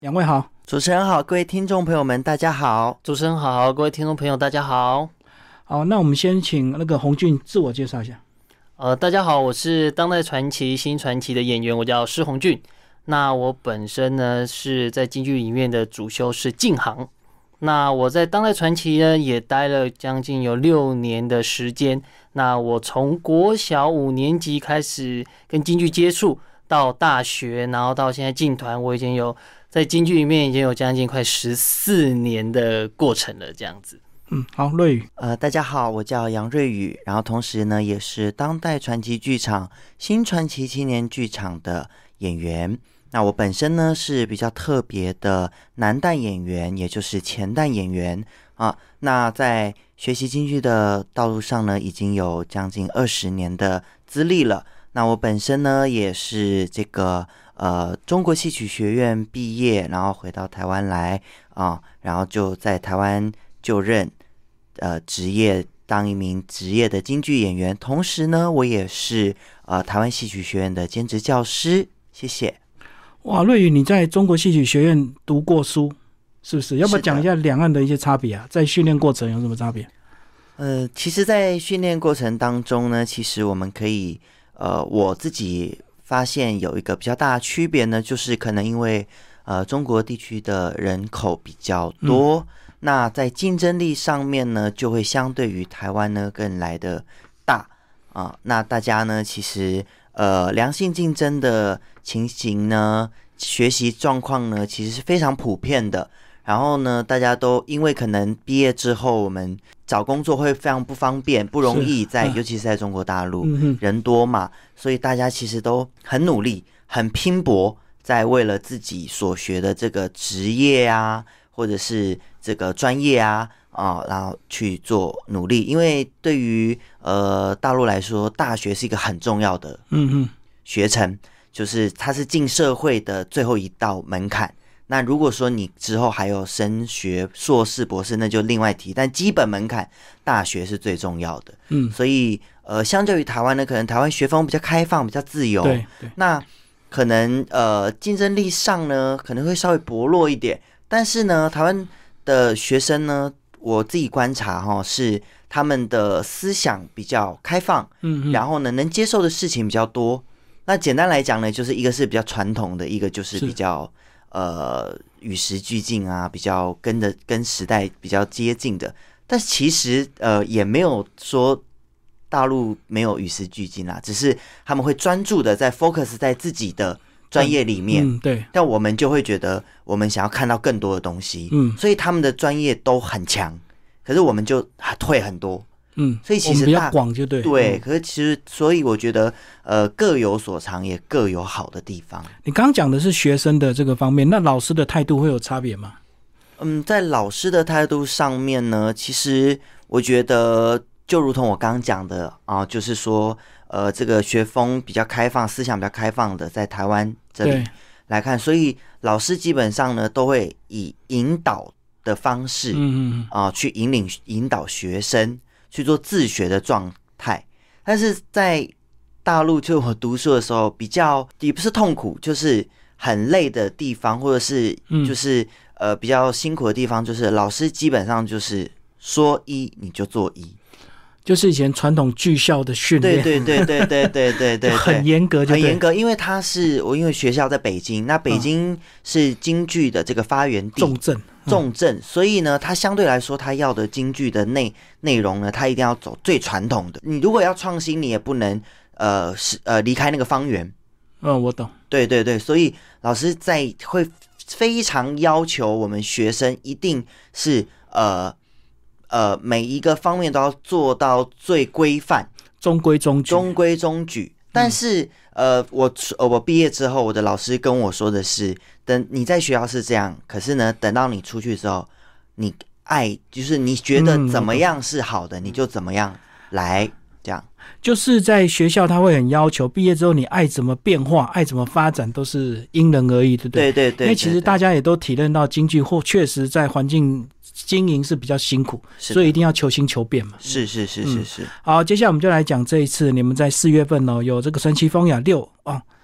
两位好。 主持人好，各位听众朋友们大家好。 主持人好，各位听众朋友大家好。 好，那我们先请那个洪俊自我介绍一下。 大家好，我是当代传奇新传奇的演员，我叫施洪俊。那我本身呢是在京剧里面的主修是净行。那我在当代传奇呢也待了将近有6年的时间。那我从国小5年级开始跟京剧接触，到大学，然后到现在进团，我已经有在京剧里面已经有将近快14年的过程了，这样子。 好，瑞宇。 大家好，我叫杨瑞宇，然后同时呢也是当代传奇剧场新传奇青年剧场的演员。那我本身呢是比较特别的男旦演员，也就是前旦演员啊。那在学习京剧的道路上呢，已经有将近20年的资历了。那我本身呢也是这个中国戏曲学院毕业，然后回到台湾来啊，然后就在台湾就任职业，当一名职业的京剧演员。同时呢，我也是台湾戏曲学院的兼职教师。谢谢。 哇，瑞宇，你在中国戏曲学院读过书，是不是？要不要讲一下两岸的一些差别啊？在训练过程有什么差别？ 其实，在训练过程当中呢，其实我们可以我自己发现有一个比较大的区别呢，就是可能因为中国地区的人口比较多，那在竞争力上面呢，就会相对于台湾呢更来的大啊。那大家呢，其实良性竞争的情形呢，学习状况呢，其实是非常普遍的。然后呢，大家都因为可能毕业之后，我们找工作会非常不方便，不容易尤其是在中国大陆，人多嘛，所以大家其实都很努力、很拼搏，在为了自己所学的这个职业啊，或者是这个专业啊，然后去做努力。因为对于大陆来说，大学是一个很重要的学程，就是它是进社会的最后一道门槛。那如果说你之后还有升学硕士博士，那就另外提，但基本门槛大学是最重要的。所以相较于台湾呢，可能台湾学风比较开放，比较自由， 对， 那可能竞争力上呢可能会稍微薄弱一点。但是呢，台湾的学生呢，我自己观察是他们的思想比较开放，然后呢能接受的事情比较多。那简单来讲呢，就是一个是比较传统的，一个就是比较与时俱进啊，比较跟时代比较接近的。但其实也没有说大陆没有与时俱进啦，只是他们会专注的在 focus 在自己的专业里面， 对。 但我们就会觉得我们想要看到更多的东西，所以他们的专业都很强，可是我们就退很多。所以其实比较广就对。 对，可是其实所以我觉得各有所长，也各有好的地方。 你刚刚讲的是学生的这个方面，那老师的态度会有差别吗？ 在老师的态度上面呢，其实我觉得就如同我刚刚讲的啊，就是说这个学风比较开放，思想比较开放的，在台湾这里来看，所以老师基本上呢都会以引导的方式去引导学生去做自学的状态。但是在大陆，就我读书的时候，比较也不是痛苦，就是很累的地方，或者是就是比较辛苦的地方，就是老师基本上就是说一你就做一， 就是以前传统剧校的训练。 对， 很严格， 很严格。因为因为学校在北京，那北京是京剧的这个发源地，重镇，所以呢，它相对来说，它要的京剧的内容呢，它一定要走最传统的。你如果要创新，你也不能离开那个方圆。 我懂。 对，所以老师会非常要求我们学生一定是每一个方面都要做到最规范， 中规中矩。但是我毕业之后，我的老师跟我说的是，等你在学校是这样，可是呢，等到你出去之后，你就是你觉得怎么样是好的，你就怎么样来。这样就是在学校他会很要求毕业之后你爱怎么变化爱怎么发展都是因人而异，对不对？ 对， 因为其实大家也都体认到京剧或确实在环境经营是比较辛苦，所以一定要求新求变嘛。 是。好， 接下来我们就来讲这一次你们在4月份有这个神奇风雅6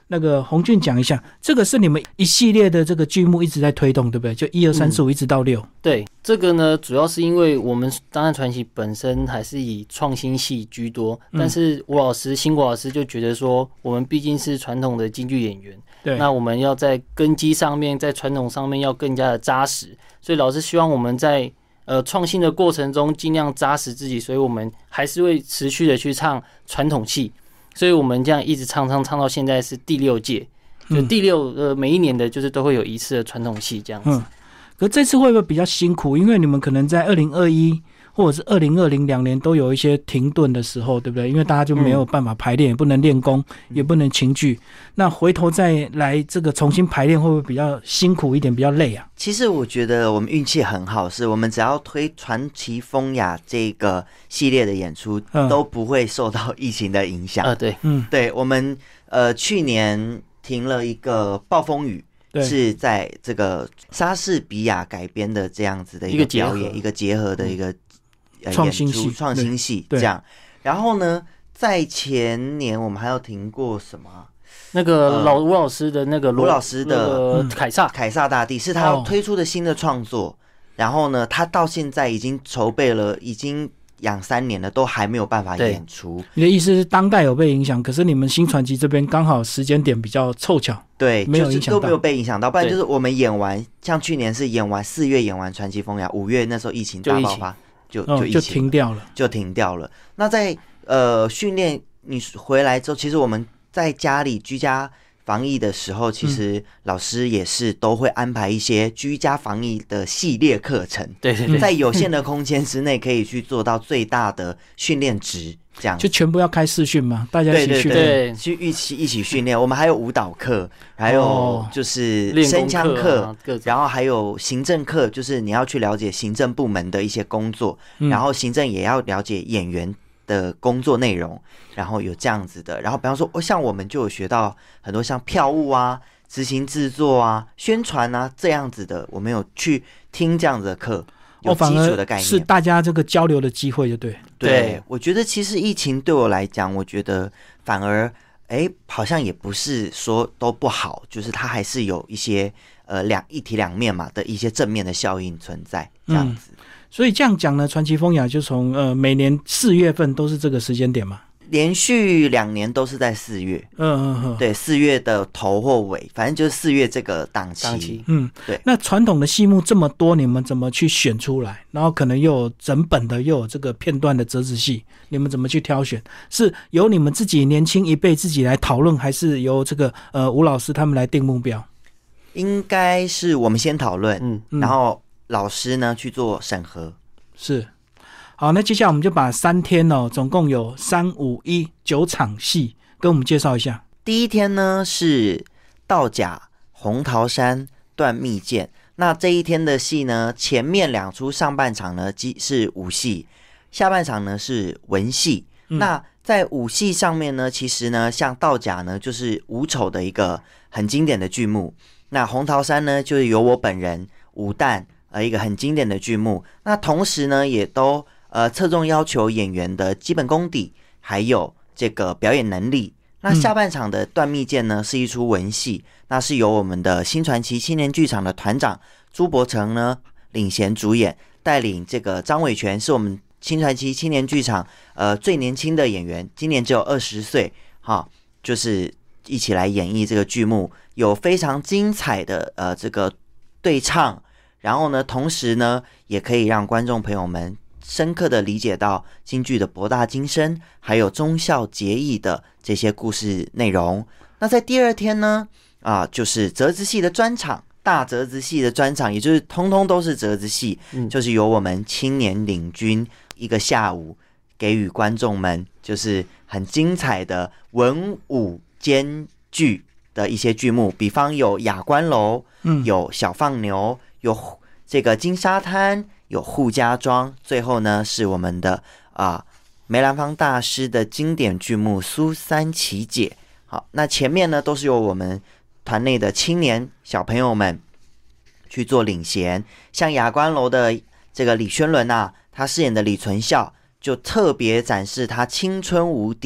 那个洪俊讲一下，这个是你们一系列的这个剧目一直在推动，对不对？就1、2、3、4、5一直到6。 对，这个呢，主要是因为我们当代传奇本身还是以创新戏居多，但是新国老师就觉得说，我们毕竟是传统的京剧演员， 对， 那我们要在根基上面，在传统上面要更加的扎实，所以老师希望我们在创新的过程中尽量扎实自己，所以我们还是会持续的去唱传统戏。所以我们这样一直唱到现在是第6届，就第6每一年的就是都会有一次的传统戏这样子。 可这次会不会比较辛苦？因为你们可能在2021或者是20202年都有一些停顿的时候，对不对？因为大家就没有办法排练，也不能练功，也不能琴剧。那回头再来这个重新排练，会不会比较辛苦一点，比较累啊？ 其实我觉得我们运气很好，是我们只要推传奇风雅这个系列的演出，都不会受到疫情的影响。对，我们去年停了一个暴风雨。是在这个莎士比亚改编的这样子的一个表演，一个结合的一个创新戏， 创新戏这样。然后呢，在前年我们还有停过什么？ 那个吴老师的那个卢老师的凯撒大帝是他要推出的新的创作。然后呢，他到现在已经筹备了，已经2、3年了，都还没有办法演出。 你的意思是当代有被影响，可是你们新传奇这边刚好时间点比较凑巧， 对， 没有影响到， 就是都没有被影响到。不然就是我们演完，像去年是演完4月演完传奇风雅，5月那时候疫情大爆发，就停掉了， 就停掉了。那在训练你回来之后，其实我们在家里居家防疫的时候，其实老师也是都会安排一些居家防疫的系列课程， 对， 在有限的空间之内可以去做到最大的训练值，这样就全部要开视讯嘛，大家一起训练， 去一起训练。我们还有舞蹈课，还有就是声腔课，然后还有行政课，就是你要去了解行政部门的一些工作，然后行政也要了解演员的工作内容，然后有这样子的。然后比方说像我们就有学到很多像票务啊、执行制作啊、宣传啊这样子的，我们有去听这样子的课，有基础的概念， 是大家这个交流的机会，就对。我觉得其实疫情对我来讲，我觉得反而好像也不是说都不好，就是它还是有一些一体两面嘛的一些正面的效应存在，这样子。 所以这样讲呢，传奇风雅就从每年4月份都是这个时间点嘛， 连续2年都是在4月，对，4月的头或尾，反正就是4月这个档期。对。 那传统的戏目这么多，你们怎么去选出来？然后可能又有整本的，又有这个片段的折子戏，你们怎么去挑选？是由你们自己年轻一辈自己来讨论，还是由这个吴老师他们来定目标？ 应该是我们先讨论，然后老师呢去做审核。 是。好，那接下来我们就把3天总共有3、5、1 9场戏跟我们介绍一下。 第一天呢是道甲、红桃山、断蜜饯。那这一天的戏呢，前面2出上半场呢是武戏，下半场呢是文戏。那在武戏上面呢，其实呢像道甲呢就是武丑的一个很经典的剧目，那红桃山呢就是由我本人武旦一个很经典的剧目。那同时呢也都侧重要求演员的基本功底，还有这个表演能力。那下半场的断蜜饯呢是一出文戏，那是由我们的新传奇青年剧场的团长朱伯成呢领衔主演，带领这个张伟全是我们新传奇青年剧场最年轻的演员，今年只有20岁，就是一起来演绎这个剧目，有非常精彩的这个对唱，然后呢同时呢也可以让观众朋友们深刻的理解到京剧的博大精深，还有忠孝节义的这些故事内容。那在第2天呢就是折子戏的专场，大折子戏的专场，也就是通通都是折子戏，就是由我们青年领军一个下午给予观众们就是很精彩的文武兼具的一些剧目，比方有雅观楼，有小放牛，有这个金沙滩，有扈家庄，最后呢是我们的梅兰芳大师的经典剧目《苏三起解》。好，那前面呢都是由我们团内的青年小朋友们去做领衔，像雅观楼的这个李宣伦他饰演的李存孝就特别展示他青春无敌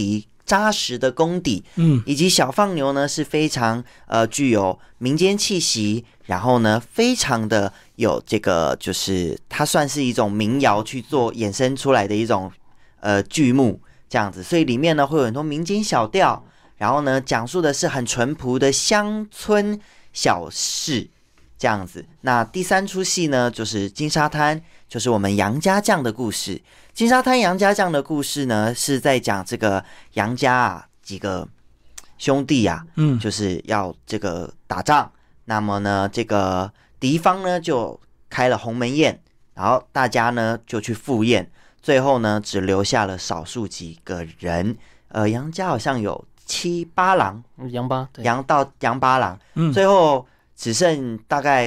扎实的功底，以及小放牛呢是非常具有民间气息，然后呢非常的有这个就是它算是一种民谣去做衍生出来的一种剧目这样子，所以里面呢会有很多民间小调，然后呢讲述的是很淳朴的乡村小事这样子。那第3出戏呢就是金沙滩，就是我们杨家将的故事。金沙滩杨家将的故事呢是在讲这个杨家啊几个兄弟啊，就是要这个打仗，那么呢这个敌方呢就开了鸿门宴，然后大家呢就去赴宴，最后呢只留下了少数几个人，杨家好像有7、8郎， 杨八对杨8郎，最后只剩大概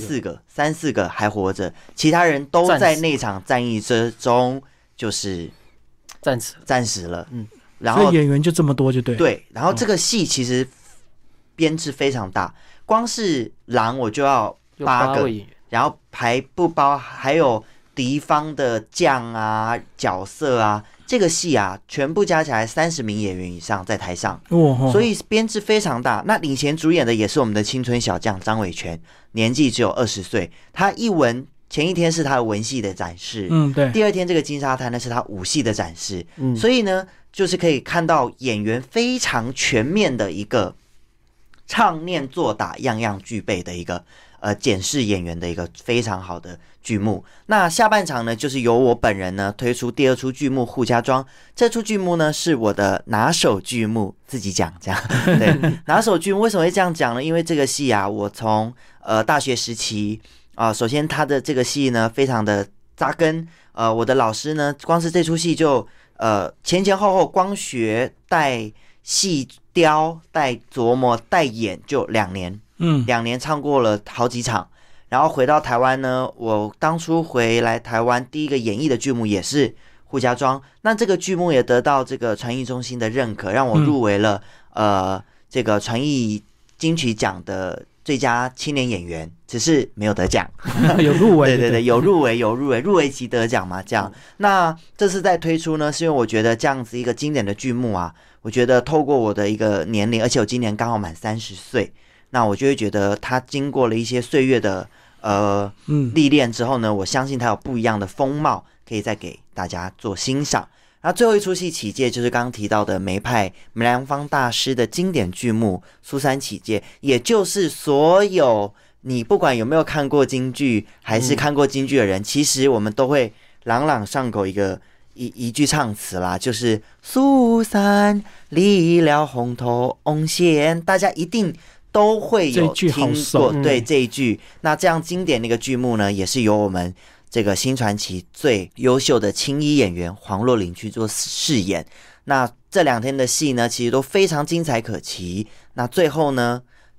3、4个还活着，其他人都在那场战役之中就是战死了。然后所以演员就这么多就对。 对，然后这个戏其实编制非常大，光是狼我就要8个，然后还不包还有敌方的将啊角色啊，这个戏啊全部加起来30名演员以上在台上，所以编制非常大。那领衔主演的也是我们的青春小将张伟权，年纪只有20岁，他前一天是他的文戏的展示， 对。 第2天这个金沙滩呢是他武戏的展示，所以呢就是可以看到演员非常全面的一个唱念做打样样具备的一个检视演员的一个非常好的剧目。那下半场呢就是由我本人呢推出第2出剧目《扈家庄》，这出剧目呢是我的拿手剧目，自己讲这样对，拿手剧目为什么会这样讲呢？因为这个戏啊我从大学时期首先他的这个戏呢非常的扎根，我的老师呢光是这出戏就前后光学带戏雕带琢磨带演就2年，2年唱过了好几场。然后回到台湾呢，我当初回来台湾第一个演绎的剧目也是《扈家庄》，那这个剧目也得到这个传艺中心的认可，让我入围了这个传艺金曲奖的最佳青年演员，只是没有得奖有入围对，有入围即得奖嘛，这样。那这次在推出呢是因为我觉得这样子一个经典的剧目啊，我觉得透过我的一个年龄，而且我今年刚好满30岁，那我就会觉得他经过了一些岁月的历练之后呢，我相信他有不一样的风貌可以再给大家做欣赏。那最后一出戏起解就是刚刚提到的梅派梅兰芳大师的经典剧目《苏三起解》，也就是所有你不管有没有看过京剧还是看过京剧的人，其实我们都会朗朗上口一句唱词啦，就是苏三离了红头翁仙，大家一定都会有听过对这一句。那这样经典的一个剧目呢，也是由我们这个新传奇最优秀的青衣演员黄若琳去做饰演。那这2天的戏呢其实都非常精彩可期。那最后呢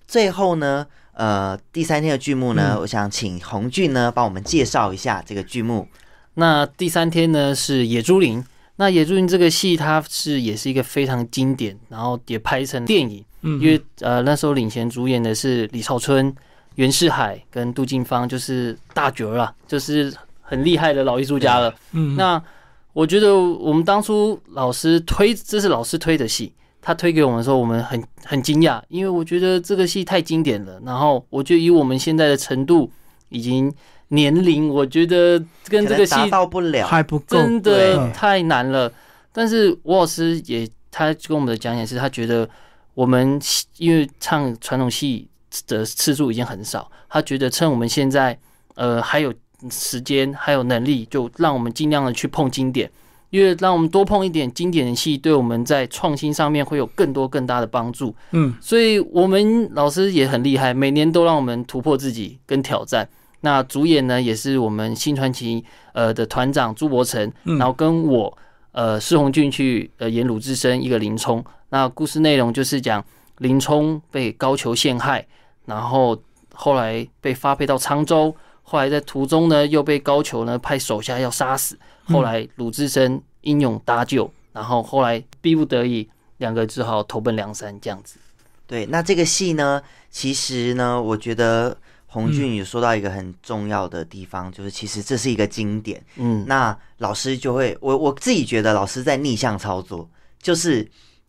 第3天的剧目呢，我想请洪俊呢帮我们介绍一下这个剧目。 那第3天呢是野猪林。那野猪林这个戏它也是一个非常经典，然后也拍成电影，因为那时候领衔主演的是李少春、袁世海跟杜近芳，就是大角啊，就是很厉害的老艺术家了。那我觉得我们当初这是老师推的戏，他推给我们的时候，我们很惊讶，因为我觉得这个戏太经典了。然后我觉得以我们现在的程度以及年龄，我觉得跟这个戏达到不了， 还不够， 真的太难了。但是吴老师他跟我们的讲解是，他觉得我们因为唱传统戏的次数已经很少，他觉得趁我们现在还有时间还有能力，就让我们尽量的去碰经典，因为让我们多碰一点经典的戏，对我们在创新上面会有更大的帮助。所以我们老师也很厉害，每年都让我们突破自己跟挑战。那主演呢也是我们新传奇的团长朱伯承，然后跟我施宏俊去演鲁智深一个林冲。那故事内容就是讲林冲被高俅陷害，然后后来被发配到沧州，后来在途中呢又被高俅呢派手下要杀死，后来鲁智深英勇搭救，然后后来逼不得已2个只好投奔梁山这样子。 对，那这个戏呢其实呢我觉得洪俊有说到一个很重要的地方，就是其实这是一个经典。那老师就会，我自己觉得老师在逆向操作，就是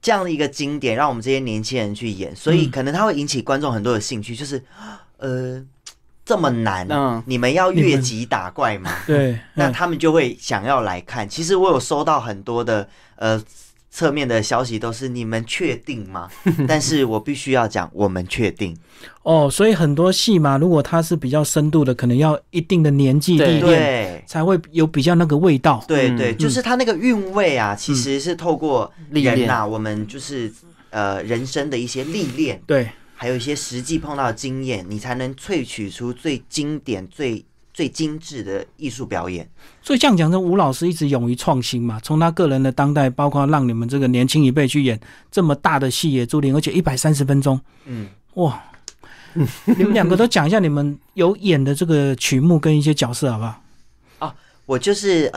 这样的一个经典，让我们这些年轻人去演，所以可能它会引起观众很多的兴趣，就是这么难，你们要越级打怪吗？ 对， 那他们就会想要来看。其实我有收到很多的侧面的消息，都是你们确定吗？但是我必须要讲，我们确定。 哦，所以很多戏嘛，如果它是比较深度的，可能要一定的年纪历练，才会有比较那个味道。 对对，就是它那个韵味啊，其实是透过人啊，我们就是人生的一些历练， 对， 还有一些实际碰到的经验，你才能萃取出最经典、最精致的艺术表演。 所以这样讲，吴老师一直勇于创新嘛，从他个人的当代，包括让你们这个年轻一辈去演这么大的戏，也注定，而且130分钟，哇！你们两个都讲一下你们有演的这个曲目跟一些角色好不好？ 我就是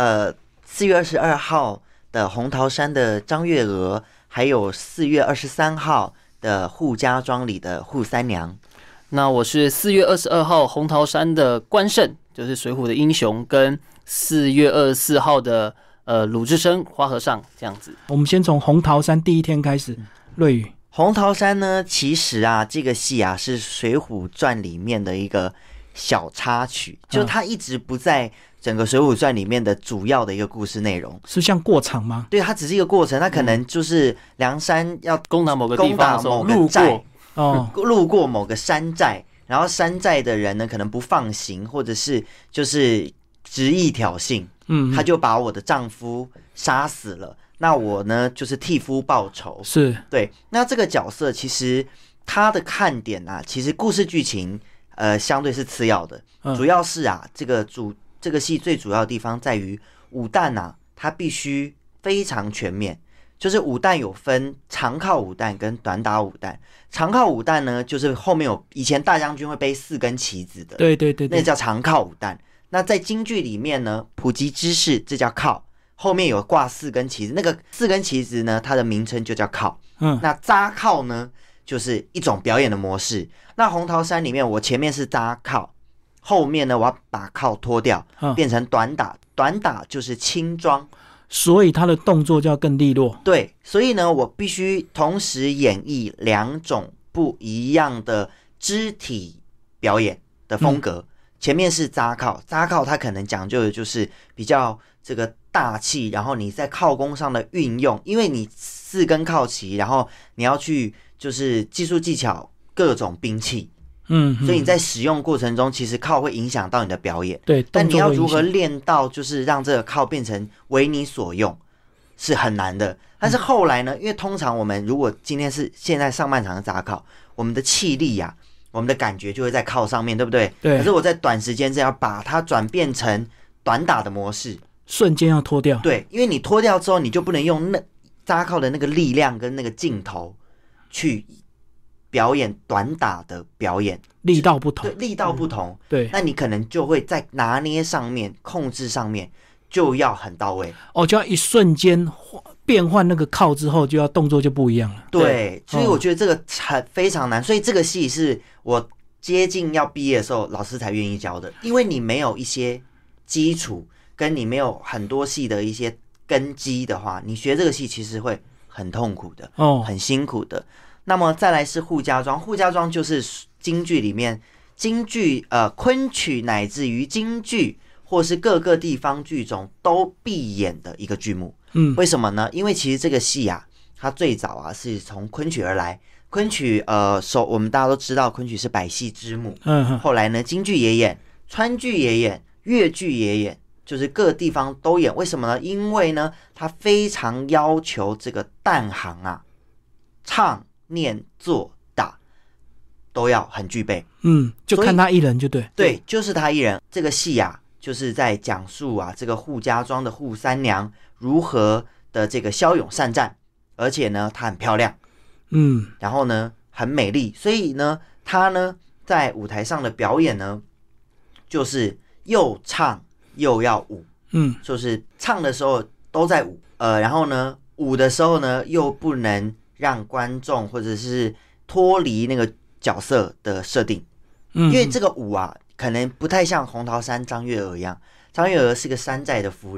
4月22号的红桃山的张月娥，还有4月23号的扈家庄里的扈三娘。 那我是4月22号红桃山的关胜，就是水浒的英雄，跟4月24号的鲁智深花和尚这样子。 我们先从红桃山第一天开始，瑞宇。 红桃山呢，其实啊，这个戏啊是《水浒传》里面的一个小插曲，就它一直不在整个《水浒传》里面的主要的一个故事内容。 是像过场吗？ 对，它只是一个过程，它可能就是梁山要攻打某个地方的时候， 路过某个山寨，然后山寨的人呢可能不放行，或者是就是执意挑衅，他就把我的丈夫杀死了。那我呢，就是替夫报仇， 是对。那这个角色其实他的看点啊，其实故事剧情相对是次要的，主要是啊，这个戏最主要的地方在于武弹啊，它必须非常全面。就是武弹有分长靠武弹跟短打武弹。长靠武弹呢，就是后面有以前大将军会背4根旗子的， 对对对， 那叫长靠武弹。那在京剧里面呢，普及知识这叫靠。后面有挂4根旗子，那个4根旗子呢，它的名称就叫靠。那扎靠呢，就是一种表演的模式。那红桃山里面，我前面是扎靠，后面呢，我要把靠脱掉，变成短打。短打就是轻装， 所以它的动作就要更利落。 对，所以呢，我必须同时演绎2种不一样的肢体表演的风格。前面是扎靠，扎靠它可能讲究的就是比较这个大气，然后你在靠弓上的运用，因为你4根靠旗，然后你要去就是技术技巧各种兵器，所以你在使用过程中，其实靠会影响到你的表演。 对， 但你要如何练到就是让这个靠变成为你所用，是很难的。但是后来呢，因为通常我们如果今天是现在上半场的扎靠，我们的气力啊，我们的感觉就会在靠上面，对不对？ 对。 可是我在短时间内要把它转变成短打的模式， 瞬间要脱掉。 对，因为你脱掉之后，你就不能用那扎靠的那个力量跟那个镜头去表演短打的表演， 力道不同。 对，力道不同。 对， 那你可能就会在拿捏上面、控制上面就要很到位。 就要一瞬间变换那个靠之后，就要动作就不一样了。 对，所以我觉得这个非常难。所以这个戏是我接近要毕业的时候，老师才愿意教的，因为你没有一些基础，跟你没有很多戏的一些根基的话，你学这个戏其实会很痛苦的，很辛苦的。那么再来是扈家庄，扈家庄就是京剧里面昆曲乃至于京剧或是各个地方剧种都必演的一个剧目。为什么呢？因为其实这个戏啊，它最早啊是从昆曲而来。昆曲我们大家都知道，昆曲是百戏之母。后来呢，京剧也演，川剧也演，粤剧也演，就是各地方都演。为什么呢？因为呢，它非常要求这个旦行啊，唱、念、做、打都要很具备。 就看他一人就对。 对，就是他一人。这个戏啊，就是在讲述啊，这个扈家庄的扈三娘如何的这个骁勇善战，而且呢，她很漂亮，然后呢，很美丽，所以呢，她呢在舞台上的表演呢，就是又唱又要舞，就是唱的时候都在舞，然后呢，舞的时候呢，又不能让观众或者是脱离那个角色的设定，因为这个舞啊，可能不太像红桃山张月娥一样，张月娥是个山寨的夫人。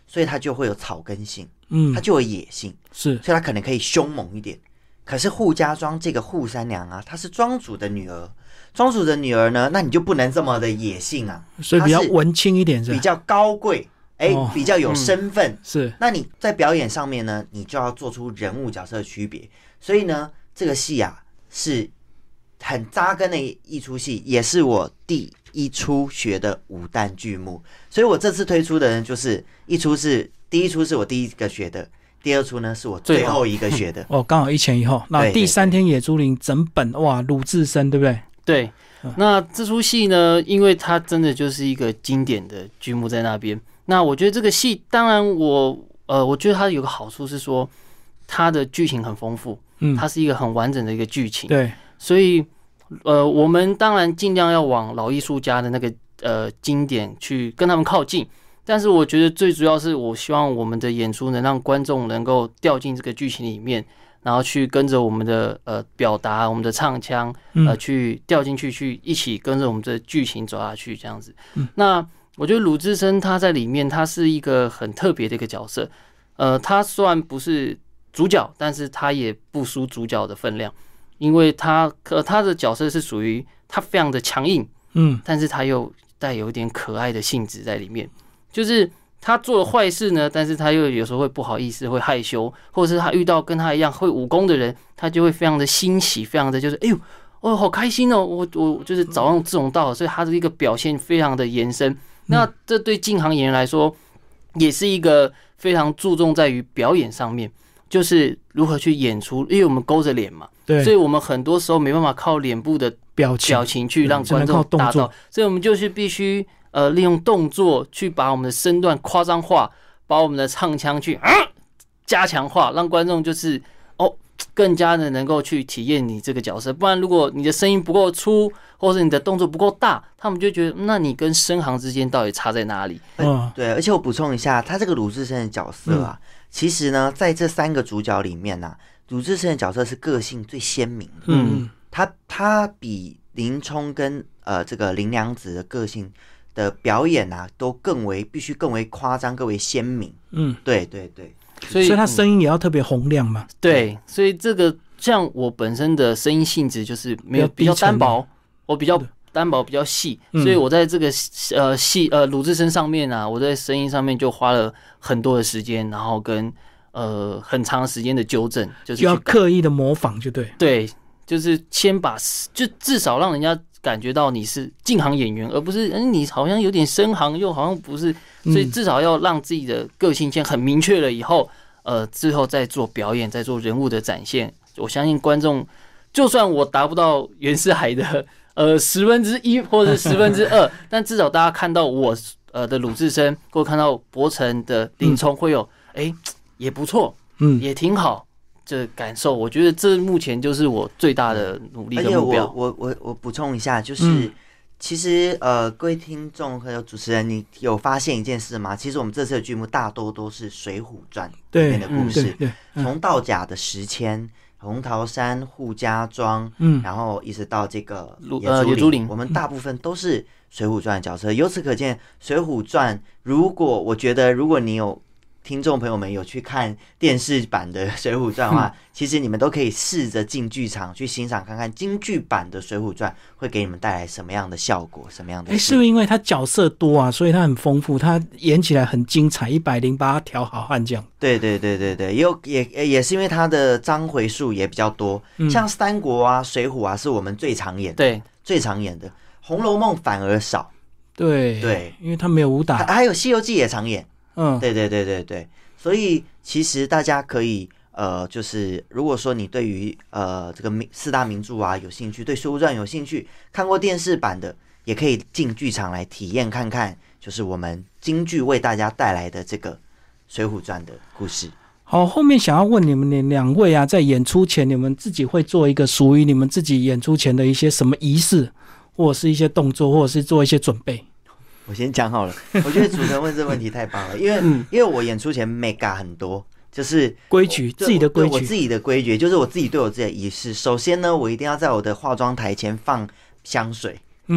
所以它就会有草根性，它嗯， 就有野性， 是， 所以它可能可以凶猛一点。可是扈家庄这个扈三娘啊，她是庄主的女儿，庄主的女儿呢，那你就不能这么的野性啊， 所以比较文青一点是吧？ 比较高贵，比较有身份。 是， 那你在表演上面呢，你就要做出人物角色的区别。所以呢，这个戏啊是很扎根的一出戏，也是我第一出学的武旦剧目。所以我这次推出的人就是第一出是我第一个学的，第二出呢是我最后一个学的。 哦，刚好1前1后。那第3天野猪林整本哇，鲁智深对不对？ 对。那这出戏呢，因为它真的就是一个经典的剧目在那边。那我觉得这个戏，当然我觉得它有个好处是说，它的剧情很丰富，它是一个很完整的一个剧情。 对， 所以我们当然尽量要往老艺术家的那个经典去跟他们靠近。但是我觉得最主要是我希望我们的演出能让观众能够掉进这个剧情里面，然后去跟着我们的表达、我们的唱腔去掉进去，去一起跟着我们的剧情走下去这样子。那我觉得鲁智深他在里面他是一个很特别的一个角色，他虽然不是主角，但是他也不输主角的分量，因为他的角色是属于他非常的强硬，但是他又带有一点可爱的性质在里面。就是他做了坏事呢，但是他又有时候会不好意思，会害羞，或者是他遇到跟他一样会武功的人，他就会非常的欣喜，非常的就是好开心哦，我就是早上这种到，所以他的一个表现非常的延伸。那这对进行演员来说，也是一个非常注重在于表演上面，就是如何去演出，因为我们勾着脸嘛，对，所以我们很多时候没办法靠脸部的表情去让观众达到，所以我们就是必须。利用动作去把我们的身段夸张化，把我们的唱腔去加强化，让观众就是更加的能够去体验你这个角色。不然如果你的声音不够粗，或者你的动作不够大，他们就觉得那你跟生行之间到底差在哪里？ 对，而且我补充一下，他这个鲁智深的角色啊，其实呢，在这3个主角里面啊，鲁智深的角色是个性最鲜明的。他比林冲跟这个林娘子的个性的表演啊，都必须更为夸张，更为鲜明。对对对， 所以他声音也要特别洪亮嘛。 对，所以这个像我本身的声音性质就是比较单薄，我比较单薄比较细，所以我在这个鲁智深上面啊，我在声音上面就花了很多的时间，然后跟很长时间的纠正，就是要刻意的模仿，就对，就是先就至少让人家感觉到你是进行演员，而不是你好像有点生行，又好像不是，所以至少要让自己的个性先很明确了以后，之后再做表演，再做人物的展现。我相信观众，就算我达不到袁世海的1/10或者是2/10，但至少大家看到我的鲁智深，或看到伯承的林冲，会有也不错，也挺好。这感受，我觉得这目前就是我最大的努力跟目标。 而且我补充一下，就是其实各位听众还有主持人，你有发现一件事吗？其实我们这次的剧目大多都是《水浒传》里面的故事，从道甲的石阡、红桃山、扈家庄，然后一直到这个野猪林，我们大部分都是《水浒传》的角色。由此可见，《水浒传》我觉得如果你有听众朋友们有去看电视版的《水浒传》的话，其实你们都可以试着进剧场去欣赏看看京剧版的《水浒传》会给你们带来什么样的效果，什么样的是不是因为他角色多啊，所以他很丰富，他演起来很精彩，108条好汉这样。 对对对对对，也是因为他的章回数也比较多，像三国啊、水浒啊是我们最常演的， 对， 最常演的，《红楼梦》反而少。 对，因为他没有武打， 还有《西游记》也常演。对对对对对，所以其实大家可以就是如果说你对于这个4大名著啊有兴趣，对《水浒传》有兴趣，看过电视版的，也可以进剧场来体验看看，就是我们京剧为大家带来的这个《水浒传》的故事。 好，后面想要问你们2位啊，在演出前你们自己会做一个属于你们自己演出前的一些什么仪式，或者是一些动作，或者是做一些准备？ 我先讲好了，我觉得主持人问这个问题太棒了，因为我演出前 mega 很多，就是规矩，自己的规矩， 我自己的规矩就是我自己对我自己的仪式。首先呢，我一定要在我的化妆台前放香水，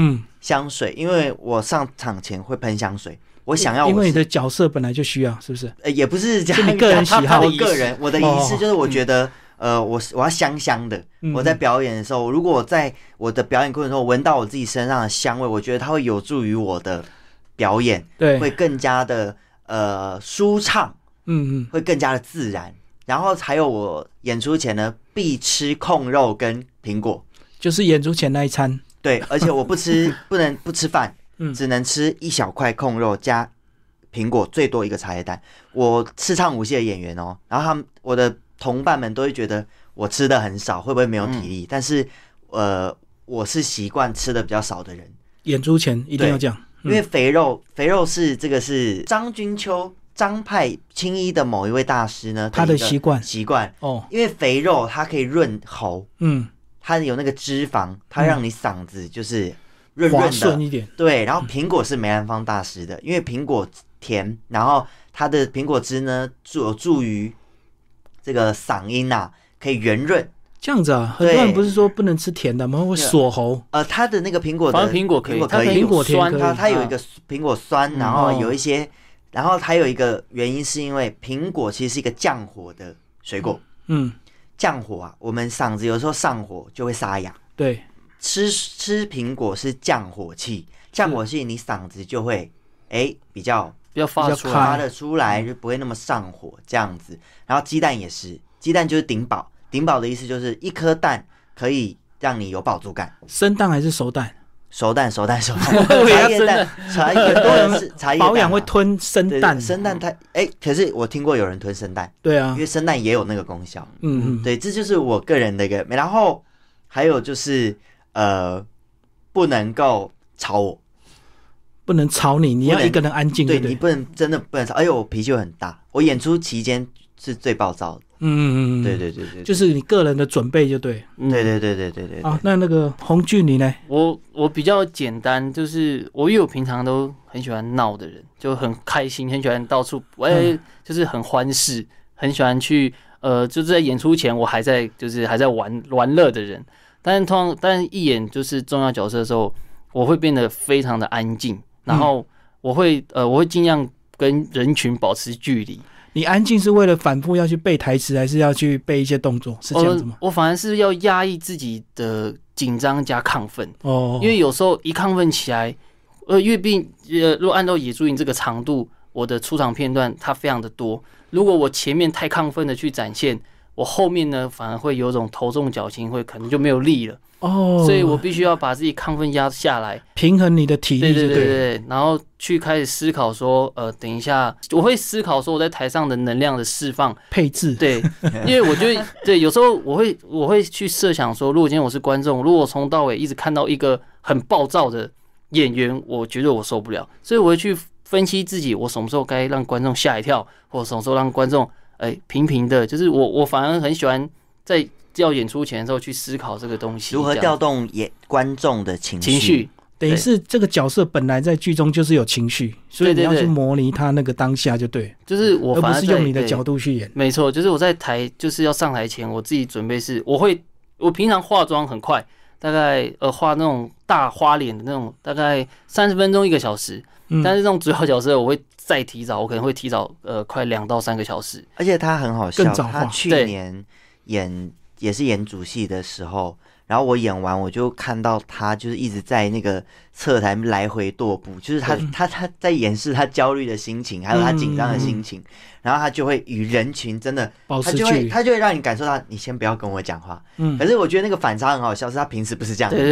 香水，因为我上场前会喷香水，我想要因为你的角色本来就需要，是不是？ 也不是这样， 是你个人喜好， 我的仪式就是我觉得。我要香香的。我在表演的时候，如果我在我的表演过程中闻到我自己身上的香味，我觉得它会有助于我的表演， 对， 会更加的舒畅，会更加的自然。然后还有我演出前呢，必吃控肉跟苹果， 就是演出前那一餐。 对，而且我不能不吃饭，只能吃一小块控肉加苹果，最多一个茶叶蛋。我是唱舞戏的演员哦，然后我的同伴们都会觉得我吃的很少，会不会没有体力？但是我是习惯吃的比较少的人。 演出前一定要这样， 因为肥肉是张君秋张派青衣的某一位大师呢， 他的习惯哦，因为肥肉它可以润喉，它有那个脂肪，它让你嗓子就是润润的， 顺一点。 对，然后苹果是梅兰芳大师的，因为苹果甜，然后它的苹果汁呢有助于这个嗓音啊可以圆润。 这样子啊，很多人不是说不能吃甜的吗？会锁喉。 它的那个苹果的， 反正苹果可以， 苹果甜， 它有一个苹果酸，然后有一些，然后还有一个原因是因为苹果其实是一个降火的水果。降火啊，我们嗓子有时候上火就会沙哑。对，吃苹果是降火气，降火气你嗓子就会比较发得出来，就不会那么上火这样子。然后鸡蛋也是，鸡蛋就是顶饱。顶饱的意思就是一颗蛋可以让你有饱足感。 生蛋还是熟蛋？ 熟蛋。茶叶蛋，很多人是茶叶蛋。 保养会吞生蛋， 生蛋它可是我听过有人吞生蛋。 对啊， 因为生蛋也有那个功效。对，这就是我个人的一个。然后还有就是不能够吵我，不能吵你，你要一个人安静。对，你真的不能吵。我脾气会很大，我演出期间是最暴躁的。对， 就是你个人的准备就对。 对。 啊，那个洪俊你呢？ 我比较简单，就是因为我平常都很喜欢闹的人，就很开心，很喜欢到处就是很欢视，很喜欢去就是在演出前我还在玩乐的人。但一演就是重要角色的时候，我会变得非常的安静，然后我会尽量跟人群保持距离。 你安静是为了反复要去背台词，还是要去背一些动作？是这样子吗？ 我反而是要压抑自己的紧张加亢奋。因为有时候一亢奋起来，因为如果按照野猪营这个长度，我的出场片段它非常的多。如果我前面太亢奋的去展现，我后面呢反而会有种头重脚轻，可能就没有力了。所以我必须要把自己亢奋压下来， 平衡你的体力。 对，然后去开始思考说，等一下，我会思考说我在台上的能量的释放配置。 对，因为我觉得对，有时候我会去设想说，如果今天我是观众，如果我从到尾一直看到一个很暴躁的演员，我觉得我受不了，所以我会去分析自己，我什么时候该让观众吓一跳，或者什么时候让观众平平的，就是我反而很喜欢在要演出前的时候去思考这个东西， 如何调动观众的情绪。 等于是这个角色本来在剧中就是有情绪，所以你要去模拟他那个当下就对。 就是我反而而不是用你的角度去演。 没错，就是我在台就是要上台前，我自己准备是我平常化妆很快，大概画那种大花脸的那种，大概30分钟1个小时。但是这种主要角色我会再提早，我可能会提早快2到3个小时。 而且他很好笑， 更早化。 他去年也是演主戏的时候，然后我演完我就看到他就是一直在那个侧台来回踱步，就是他在演示他焦虑的心情，还有他紧张的心情，然后他就会与人群真的保持距离， 他就会让你感受到你先不要跟我讲话。可是我觉得那个反差很好笑，是他平时不是这样的。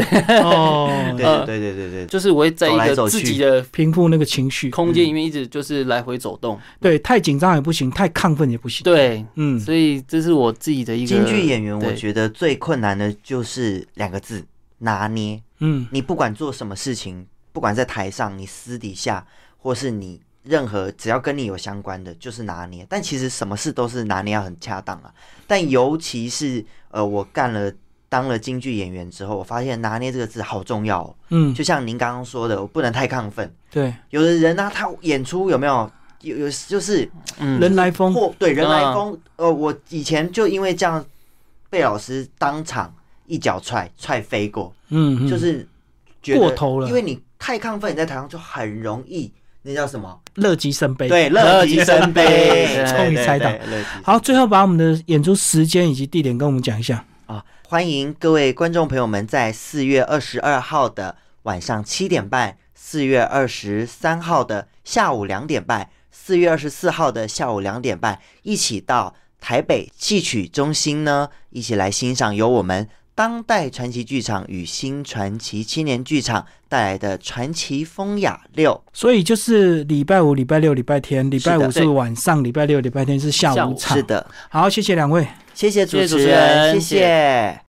对， 就是我会在一个自己的平复那个情绪空间里面一直就是来回走动。 对，太紧张也不行，太亢奋也不行。 对，所以这是我自己的一个京剧演员，我觉得最困难的就是2个字：拿捏。你不管做什么事情，不管在台上，你私底下，或是你任何只要跟你有相关的，就是拿捏。但其实什么事都是拿捏要很恰当啊。但尤其是我当了京剧演员之后，我发现拿捏这个字好重要哦。就像您刚刚说的，我不能太亢奋。 对， 有的人呢，他演出有没有就是人来疯？ 对，人来疯。我以前就因为这样被老师当场一脚踹飞过。就是觉得过头了因为你太亢奋，你在台上就很容易，那叫什么？ 乐极生悲。 对，乐极生悲。 终于猜到。好，最后把我们的演出时间以及地点跟我们讲一下啊！欢迎各位观众朋友们在4月22号的晚上7点半，4月23号的下午2点半，4月24号的下午2点半，一起到台北戏曲中心呢，一起来欣赏由我们当代传奇剧场与新传奇青年剧场带来的传奇风雅6。 所以就是礼拜五、礼拜六、礼拜天，礼拜五是晚上，礼拜六、礼拜天是下午场。 是的。 好，谢谢两位， 谢谢主持人，谢谢。